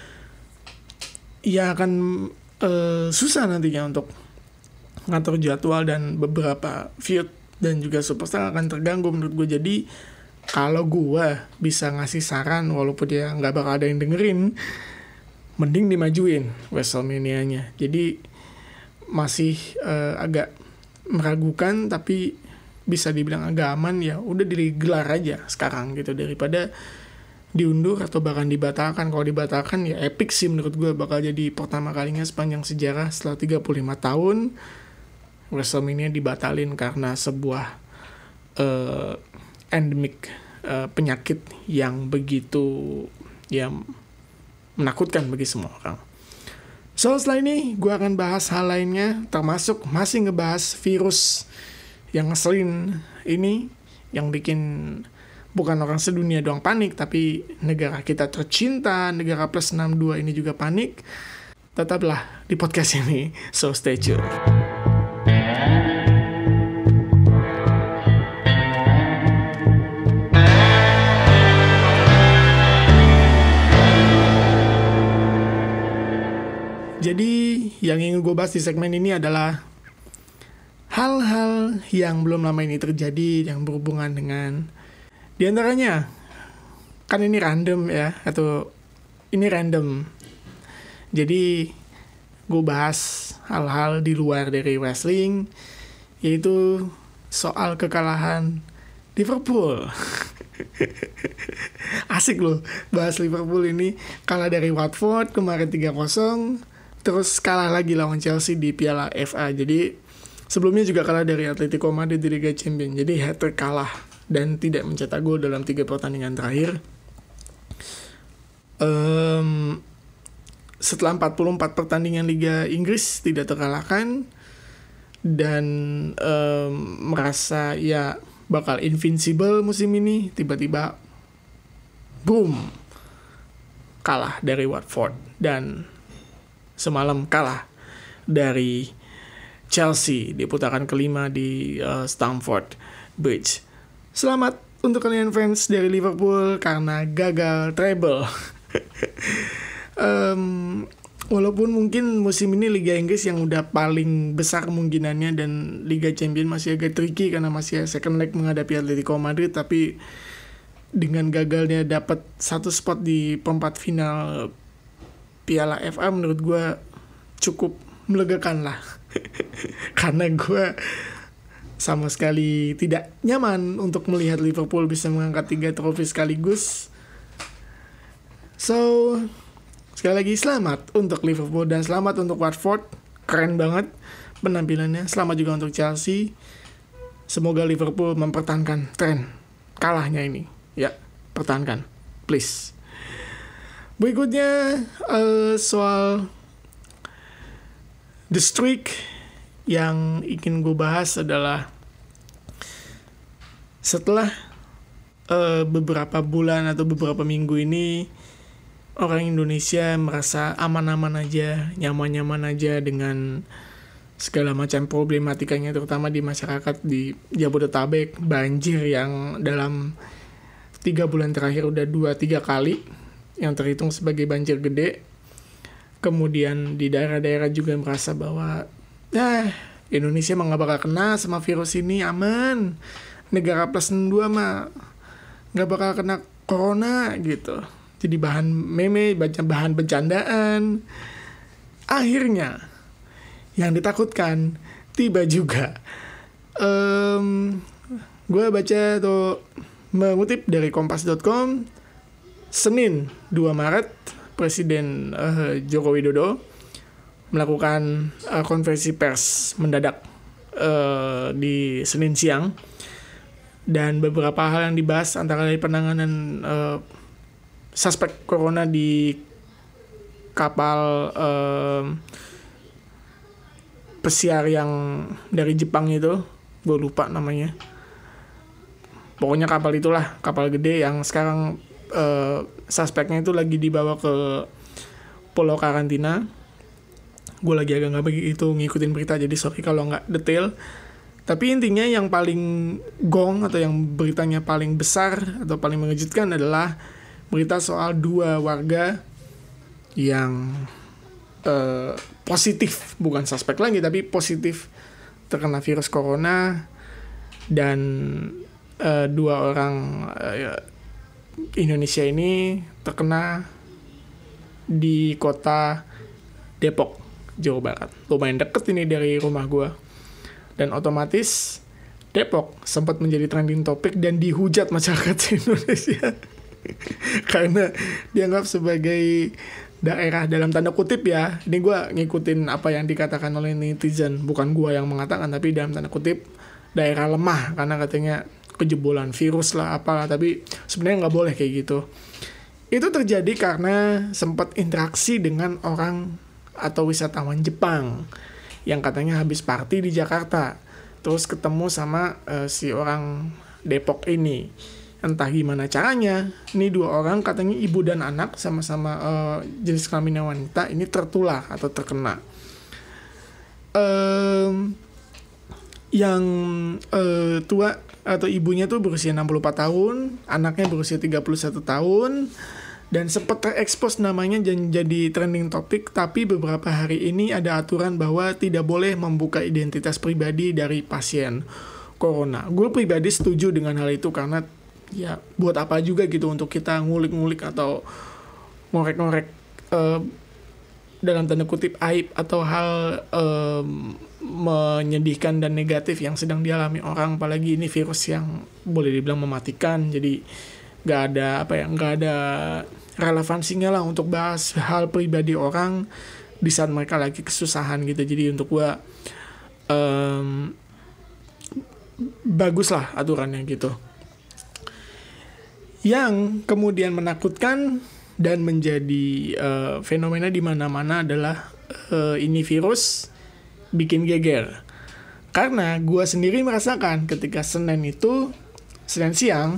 Ya akan uh, susah nantinya untuk ngatur jadwal dan beberapa feud dan juga superstar akan terganggu menurut gue. Jadi kalau gue bisa ngasih saran walaupun dia nggak bakal ada yang dengerin, mending dimajuin WrestleMania-nya. Jadi masih uh, agak meragukan tapi bisa dibilang agak aman, ya udah digelar aja sekarang gitu daripada diundur atau bahkan dibatalkan. Kalau dibatalkan ya epic sih menurut gue, bakal jadi pertama kalinya sepanjang sejarah setelah tiga puluh lima tahun WrestleMania dibatalin karena sebuah uh, endemik uh, penyakit yang begitu ya menakutkan bagi semua orang. So setelah ini gue akan bahas hal lainnya, termasuk masih ngebahas virus yang ngeselin ini, yang bikin bukan orang sedunia doang panik, tapi negara kita tercinta, negara plus enam puluh dua ini juga panik. Tetaplah di podcast ini, so stay tune. Jadi yang ingin gue bahas di segmen ini adalah hal-hal yang belum lama ini terjadi yang berhubungan dengan, di antaranya kan ini random ya, atau ini random. Jadi gue bahas hal-hal di luar dari wrestling, yaitu soal kekalahan Liverpool. Asik loh bahas Liverpool ini, kalah dari Watford kemarin tiga kosong, terus kalah lagi lawan Chelsea di Piala F A. Jadi sebelumnya juga kalah dari Atletico Madrid di Liga Champions. Jadi hat-trick kalah dan tidak mencetak gol dalam tiga pertandingan terakhir. Um, setelah empat puluh empat pertandingan Liga Inggris tidak terkalahkan dan um, merasa ya bakal invincible musim ini, tiba-tiba boom, kalah dari Watford dan semalam kalah dari Chelsea di putaran kelima di uh, Stamford Bridge. Selamat untuk kalian fans dari Liverpool karena gagal treble. um, walaupun mungkin musim ini Liga Inggris yang udah paling besar kemungkinannya dan Liga Champions masih agak tricky karena masih second leg menghadapi Atletico Madrid, tapi dengan gagalnya dapat satu spot di perempat final Piala F A menurut gue cukup melegakan lah. Karena gue sama sekali tidak nyaman untuk melihat Liverpool bisa mengangkat tiga trofi sekaligus. So sekali lagi selamat untuk Liverpool dan selamat untuk Watford, keren banget penampilannya. Selamat juga untuk Chelsea. Semoga Liverpool mempertahankan tren kalahnya ini. Ya, pertahankan, please. Berikutnya uh, soal The Streak yang ingin gue bahas adalah setelah uh, beberapa bulan atau beberapa minggu ini orang Indonesia merasa aman-aman aja, nyaman-nyaman aja dengan segala macam problematikanya, terutama di masyarakat di Jabodetabek, banjir yang dalam tiga bulan terakhir udah dua tiga kali yang terhitung sebagai banjir gede. Kemudian di daerah-daerah juga merasa bahwa nah, Indonesia mah gak bakal kena sama virus ini, aman. Negara plus enam puluh dua mah gak bakal kena corona gitu. Jadi bahan meme, baca bahan bercandaan. Akhirnya yang ditakutkan tiba juga. Um, gue baca tuh mengutip dari kompas dot com, Senin dua Maret, Presiden uh, Joko Widodo melakukan uh, konferensi pers mendadak uh, di Senin siang, dan beberapa hal yang dibahas antara lain penanganan uh, suspek corona di kapal uh, pesiar yang dari Jepang itu, gue lupa namanya. Pokoknya kapal itulah, kapal gede yang sekarang Uh, suspeknya itu lagi dibawa ke pulau karantina. Gue lagi agak gak begitu ngikutin berita, jadi sorry kalau gak detail. Tapi intinya yang paling gong atau yang beritanya paling besar atau paling mengejutkan adalah berita soal dua warga yang uh, positif, bukan suspek lagi tapi positif terkena virus corona. Dan uh, dua orang uh, Indonesia ini terkena di kota Depok, Jawa Barat. Lumayan deket ini dari rumah gue. Dan otomatis Depok sempat menjadi trending topik dan dihujat masyarakat Indonesia. Karena dianggap sebagai daerah dalam tanda kutip ya, ini gue ngikutin apa yang dikatakan oleh netizen, bukan gue yang mengatakan, tapi dalam tanda kutip daerah lemah, karena katanya kejebolan virus lah apalah, tapi sebenarnya nggak boleh kayak gitu. Itu terjadi karena sempat interaksi dengan orang atau wisatawan Jepang yang katanya habis party di Jakarta, terus ketemu sama uh, si orang Depok ini. Entah gimana caranya, ini dua orang katanya ibu dan anak sama-sama uh, jenis kelamin wanita ini tertular atau terkena. Um, yang uh, tua atau ibunya tuh berusia enam puluh empat tahun, anaknya berusia tiga puluh satu tahun, dan sempat terekspos namanya dan jadi trending topik, tapi beberapa hari ini ada aturan bahwa tidak boleh membuka identitas pribadi dari pasien corona. Gue pribadi setuju dengan hal itu karena ya buat apa juga gitu untuk kita ngulik-ngulik atau ngorek-ngorek uh, dalam tanda kutip aib atau hal uh, menyedihkan dan negatif yang sedang dialami orang, apalagi ini virus yang boleh dibilang mematikan. Jadi nggak ada apa ya nggak ada relevansinya lah untuk bahas hal pribadi orang di saat mereka lagi kesusahan gitu. Jadi untuk gua um, bagus lah aturannya gitu. Yang kemudian menakutkan dan menjadi uh, fenomena di mana-mana adalah uh, ini virus bikin geger. Karena gua sendiri merasakan ketika Senin itu Senin siang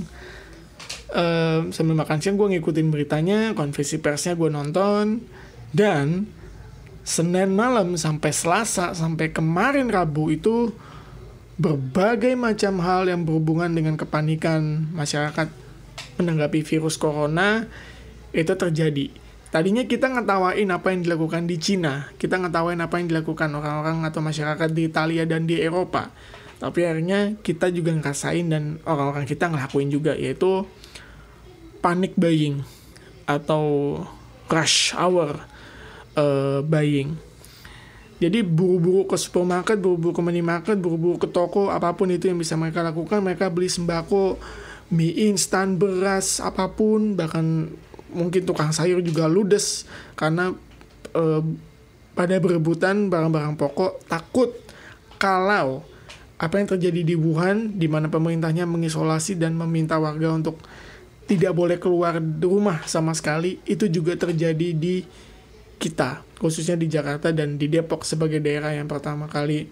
Uh, sambil makan siang gue ngikutin beritanya, konferensi persnya gue nonton, dan Senin malam sampai Selasa sampai kemarin Rabu itu berbagai macam hal yang berhubungan dengan kepanikan masyarakat menanggapi virus corona itu terjadi. Tadinya kita ngetawain apa yang dilakukan di Cina, kita ngetawain apa yang dilakukan orang-orang atau masyarakat di Italia dan di Eropa, tapi akhirnya kita juga ngerasain dan orang-orang kita ngelakuin juga, yaitu panic buying atau rush hour uh, buying. Jadi buru-buru ke supermarket, buru-buru ke minimarket, buru-buru ke toko, apapun itu yang bisa mereka lakukan. Mereka beli sembako, mie instan, beras, apapun, bahkan mungkin tukang sayur juga ludes karena uh, pada berebutan barang-barang pokok, takut kalau apa yang terjadi di Wuhan, di mana pemerintahnya mengisolasi dan meminta warga untuk tidak boleh keluar rumah sama sekali, itu juga terjadi di kita, khususnya di Jakarta dan di Depok sebagai daerah yang pertama kali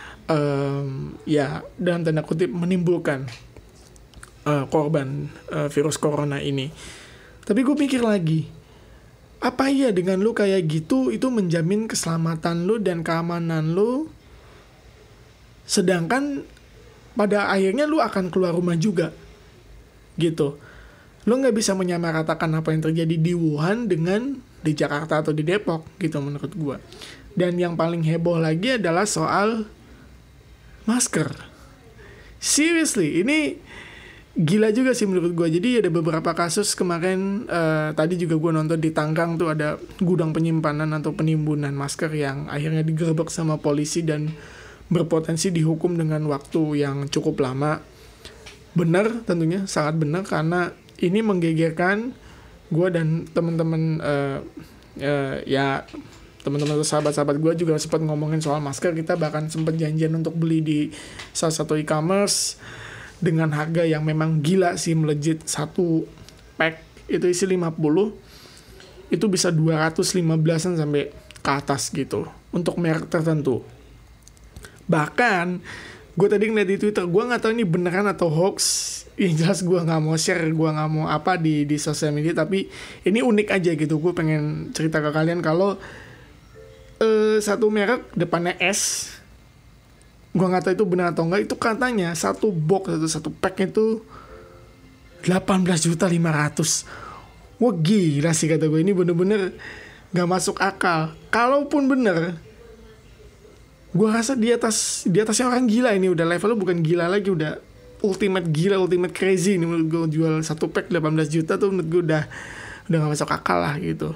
um, ya dalam tanda kutip menimbulkan uh, korban uh, virus corona ini. Tapi gue pikir lagi, apa iya dengan lu kayak gitu itu menjamin keselamatan lu dan keamanan lu, sedangkan pada akhirnya lu akan keluar rumah juga gitu. Lo nggak bisa menyamaratakan apa yang terjadi di Wuhan dengan di Jakarta atau di Depok gitu menurut gue. Dan yang paling heboh lagi adalah soal masker. Seriously, ini gila juga sih menurut gue. Jadi ada beberapa kasus kemarin, uh, tadi juga gue nonton di Tangkang tuh ada gudang penyimpanan atau penimbunan masker yang akhirnya digerebek sama polisi dan berpotensi dihukum dengan waktu yang cukup lama. Benar tentunya, sangat benar, karena ini menggegerkan gue dan teman-teman uh, uh, ya teman-teman atau sahabat-sahabat gue juga sempat ngomongin soal masker. Kita bahkan sempat janjian untuk beli di salah satu e-commerce dengan harga yang memang gila sih, melejit. Satu pack itu isi lima puluh, itu bisa dua ratus lima belasan sampai ke atas gitu untuk merek tertentu. Bahkan gue tadi ngeliat di Twitter, gue nggak tahu ini beneran atau hoax. Yang jelas gue nggak mau share, gue nggak mau apa di di sosial media, tapi ini unik aja gitu. Gue pengen cerita ke kalian kalau uh, satu merek depannya S, gue nggak tahu itu benar atau enggak, itu katanya satu box atau satu pack itu delapan belas juta lima ratus. Wah gila sih kata gue, ini bener-bener nggak masuk akal. Kalaupun bener, gue rasa di atas di atasnya orang gila ini, udah levelnya bukan gila lagi, udah ultimate gila, ultimate crazy ini menurut gue. Jual satu pack delapan belas juta tuh menurut gue udah udah gak masuk akal lah gitu.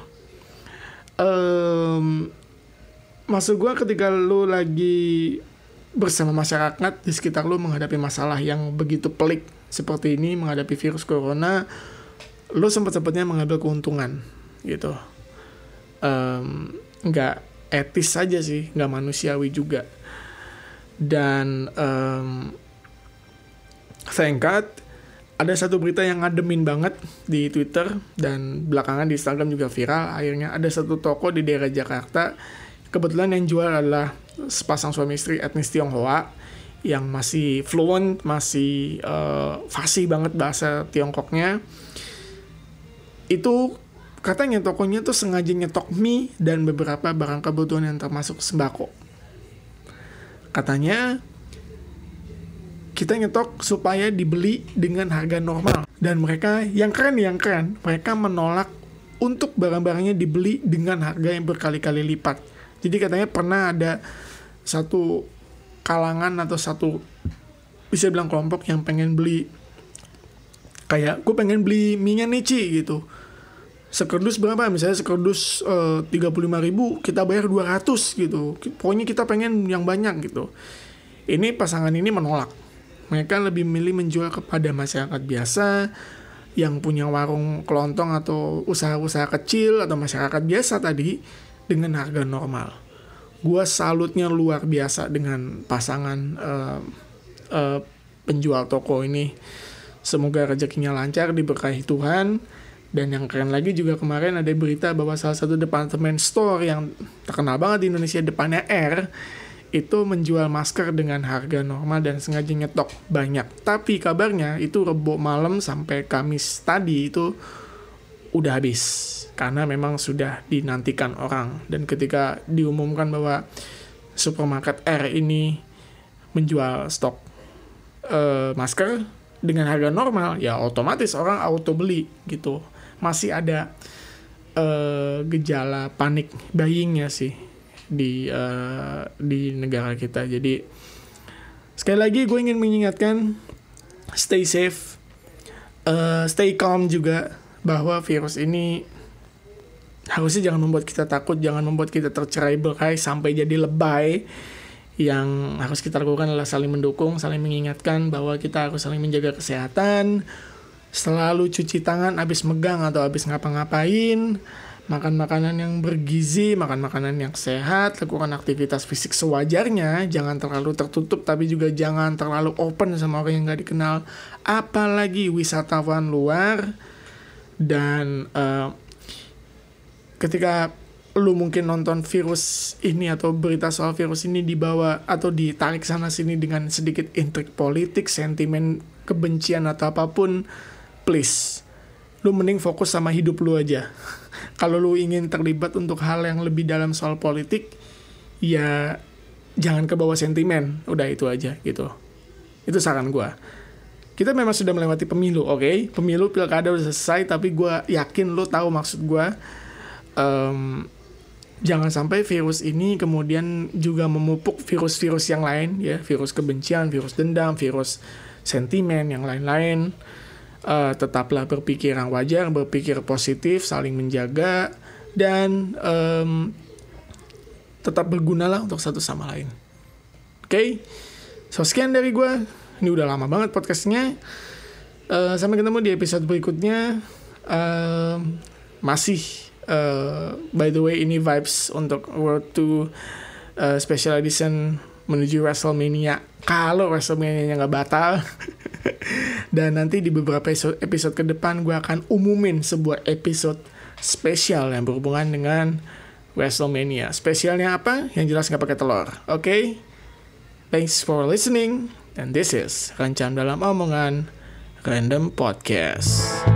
Um, maksud gue ketika lu lagi bersama masyarakat di sekitar lu menghadapi masalah yang begitu pelik seperti ini, menghadapi virus corona, lo sempat-sempatnya mengambil keuntungan gitu. Um, nggak etis aja sih, nggak manusiawi juga. Dan um, thank God ada satu berita yang ngademin banget di Twitter dan belakangan di Instagram juga viral. Akhirnya ada satu toko di daerah Jakarta, kebetulan yang jual adalah sepasang suami istri etnis Tionghoa yang masih fluent, masih uh, fasih banget bahasa Tiongkoknya. Itu katanya tokonya tuh sengaja nyetok mie dan beberapa barang kebutuhan yang termasuk sembako. Katanya kita nyetok supaya dibeli dengan harga normal. Dan mereka, yang keren yang keren, mereka menolak untuk barang-barangnya dibeli dengan harga yang berkali-kali lipat. Jadi katanya pernah ada satu kalangan atau satu, bisa bilang kelompok yang pengen beli, kayak gue pengen beli mie-nya nih Ci gitu. Sekerdus berapa? Misalnya sekerdus uh, tiga puluh lima ribu, kita bayar dua ratus gitu. Pokoknya kita pengen yang banyak gitu. Ini pasangan ini menolak. Mereka lebih memilih menjual kepada masyarakat biasa yang punya warung kelontong atau usaha-usaha kecil atau masyarakat biasa tadi dengan harga normal. Gua salutnya luar biasa dengan pasangan uh, uh, penjual toko ini. Semoga rezekinya lancar, diberkahi Tuhan. Dan yang keren lagi juga kemarin ada berita bahwa salah satu department store yang terkenal banget di Indonesia, depannya R, itu menjual masker dengan harga normal dan sengaja nyetok banyak. Tapi kabarnya itu Rebo malam sampai Kamis tadi itu udah habis. Karena memang sudah dinantikan orang. Dan ketika diumumkan bahwa supermarket R ini menjual stok uh, masker dengan harga normal, ya otomatis orang auto beli gitu. Masih ada uh, gejala panik buying-nya sih di uh, di negara kita. Jadi sekali lagi gue ingin mengingatkan, stay safe, uh, stay calm juga, bahwa virus ini harusnya jangan membuat kita takut, jangan membuat kita tercerai-berai sampai jadi lebay. Yang harus kita lakukan adalah saling mendukung, saling mengingatkan bahwa kita harus saling menjaga kesehatan, selalu cuci tangan abis megang atau abis ngapa-ngapain, makan makanan yang bergizi, makan makanan yang sehat, lakukan aktivitas fisik sewajarnya, jangan terlalu tertutup tapi juga jangan terlalu open sama orang yang gak dikenal, apalagi wisatawan luar. Dan uh, ketika lu mungkin nonton virus ini atau berita soal virus ini dibawa atau ditarik sana sini dengan sedikit intrik politik, sentimen kebencian atau apapun, please, lu mending fokus sama hidup lu aja. Kalau lu ingin terlibat untuk hal yang lebih dalam soal politik, ya jangan ke bawah sentimen. Udah itu aja gitu. Itu saran gue. Kita memang sudah melewati pemilu, oke? Okay? Pemilu pilkada udah selesai, tapi gue yakin lu tahu maksud gue. Um, jangan sampai virus ini kemudian juga memupuk virus-virus yang lain, ya, virus kebencian, virus dendam, virus sentimen, yang lain-lain. Uh, tetaplah berpikir yang wajar, berpikir positif, saling menjaga, dan um, tetap bergunalah untuk satu sama lain. Oke, okay? So sekian dari gue. Ini udah lama banget podcastnya. Uh, sampai ketemu di episode berikutnya. Uh, masih, uh, by the way, ini vibes untuk World two uh, Special Edition menuju WrestleMania. Kalau WrestleMania-nya nggak batal. Dan nanti di beberapa episode, episode ke depan gue akan umumin sebuah episode spesial yang berhubungan dengan WrestleMania. Spesialnya apa? Yang jelas nggak pakai telur. Oke? Okay? Thanks for listening. And this is Rencam Dalam Omongan Random Podcast.